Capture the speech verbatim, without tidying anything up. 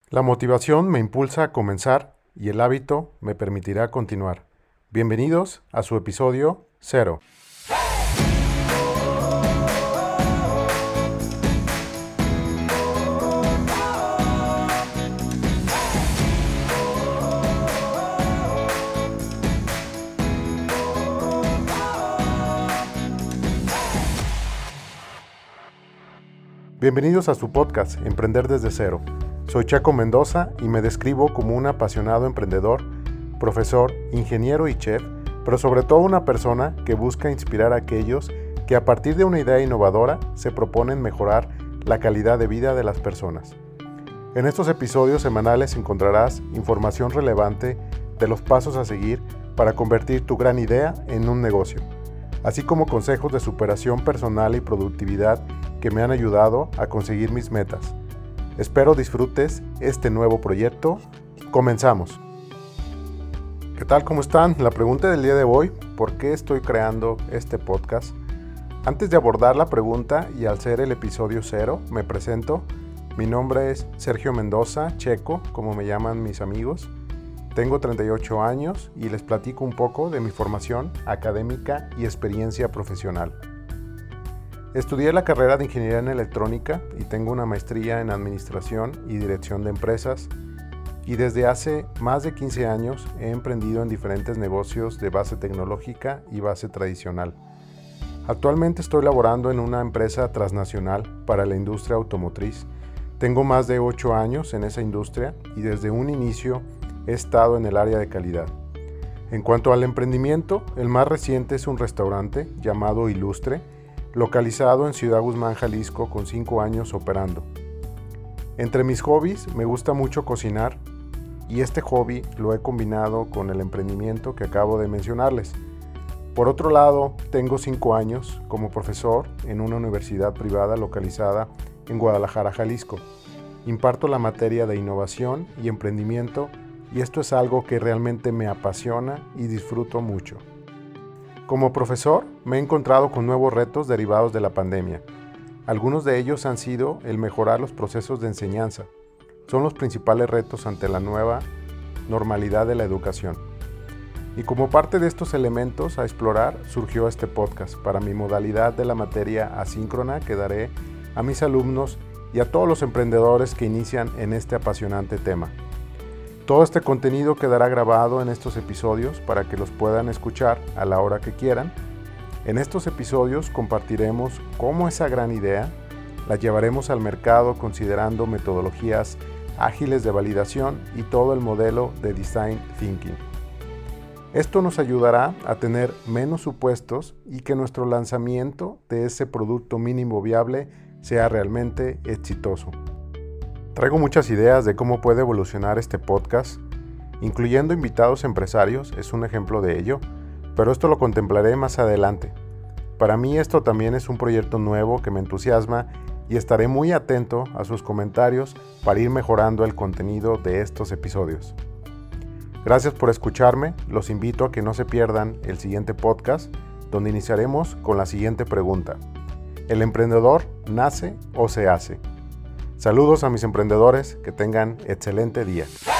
La motivación me impulsa a comenzar y el hábito me permitirá continuar. Bienvenidos a su episodio cero. Bienvenidos a su podcast Emprender desde cero. Soy Chaco Mendoza y me describo como un apasionado emprendedor, profesor, ingeniero y chef, pero sobre todo una persona que busca inspirar a aquellos que a partir de una idea innovadora se proponen mejorar la calidad de vida de las personas. En estos episodios semanales encontrarás información relevante de los pasos a seguir para convertir tu gran idea en un negocio, así como consejos de superación personal y productividad que me han ayudado a conseguir mis metas. Espero disfrutes este nuevo proyecto. Comenzamos. ¿Qué tal? ¿Cómo están? La pregunta del día de hoy, ¿por qué estoy creando este podcast? Antes de abordar la pregunta y al ser el episodio cero, me presento. Mi nombre es Sergio Mendoza, Checo, como me llaman mis amigos. Tengo treinta y ocho años y les platico un poco de mi formación académica y experiencia profesional. Estudié la carrera de Ingeniería en Electrónica y tengo una maestría en Administración y Dirección de Empresas, y desde hace más de quince años he emprendido en diferentes negocios de base tecnológica y base tradicional. Actualmente estoy laborando en una empresa transnacional para la industria automotriz. Tengo más de ocho años en esa industria y desde un inicio he estado en el área de calidad. En cuanto al emprendimiento, el más reciente es un restaurante llamado Ilustre, localizado en Ciudad Guzmán, Jalisco, con cinco años operando. Entre mis hobbies me gusta mucho cocinar y este hobby lo he combinado con el emprendimiento que acabo de mencionarles. Por otro lado, tengo cinco años como profesor en una universidad privada localizada en Guadalajara, Jalisco. Imparto la materia de innovación y emprendimiento y esto es algo que realmente me apasiona y disfruto mucho. Como profesor, me he encontrado con nuevos retos derivados de la pandemia. Algunos de ellos han sido el mejorar los procesos de enseñanza. Son los principales retos ante la nueva normalidad de la educación. Y como parte de estos elementos a explorar, surgió este podcast para mi modalidad de la materia asíncrona que daré a mis alumnos y a todos los emprendedores que inician en este apasionante tema. Todo este contenido quedará grabado en estos episodios para que los puedan escuchar a la hora que quieran. En estos episodios compartiremos cómo esa gran idea la llevaremos al mercado considerando metodologías ágiles de validación y todo el modelo de Design Thinking. Esto nos ayudará a tener menos supuestos y que nuestro lanzamiento de ese producto mínimo viable sea realmente exitoso. Traigo muchas ideas de cómo puede evolucionar este podcast, incluyendo invitados empresarios, es un ejemplo de ello, pero esto lo contemplaré más adelante. Para mí esto también es un proyecto nuevo que me entusiasma y estaré muy atento a sus comentarios para ir mejorando el contenido de estos episodios. Gracias por escucharme, los invito a que no se pierdan el siguiente podcast, donde iniciaremos con la siguiente pregunta. ¿El emprendedor nace o se hace? Saludos a mis emprendedores, que tengan excelente día.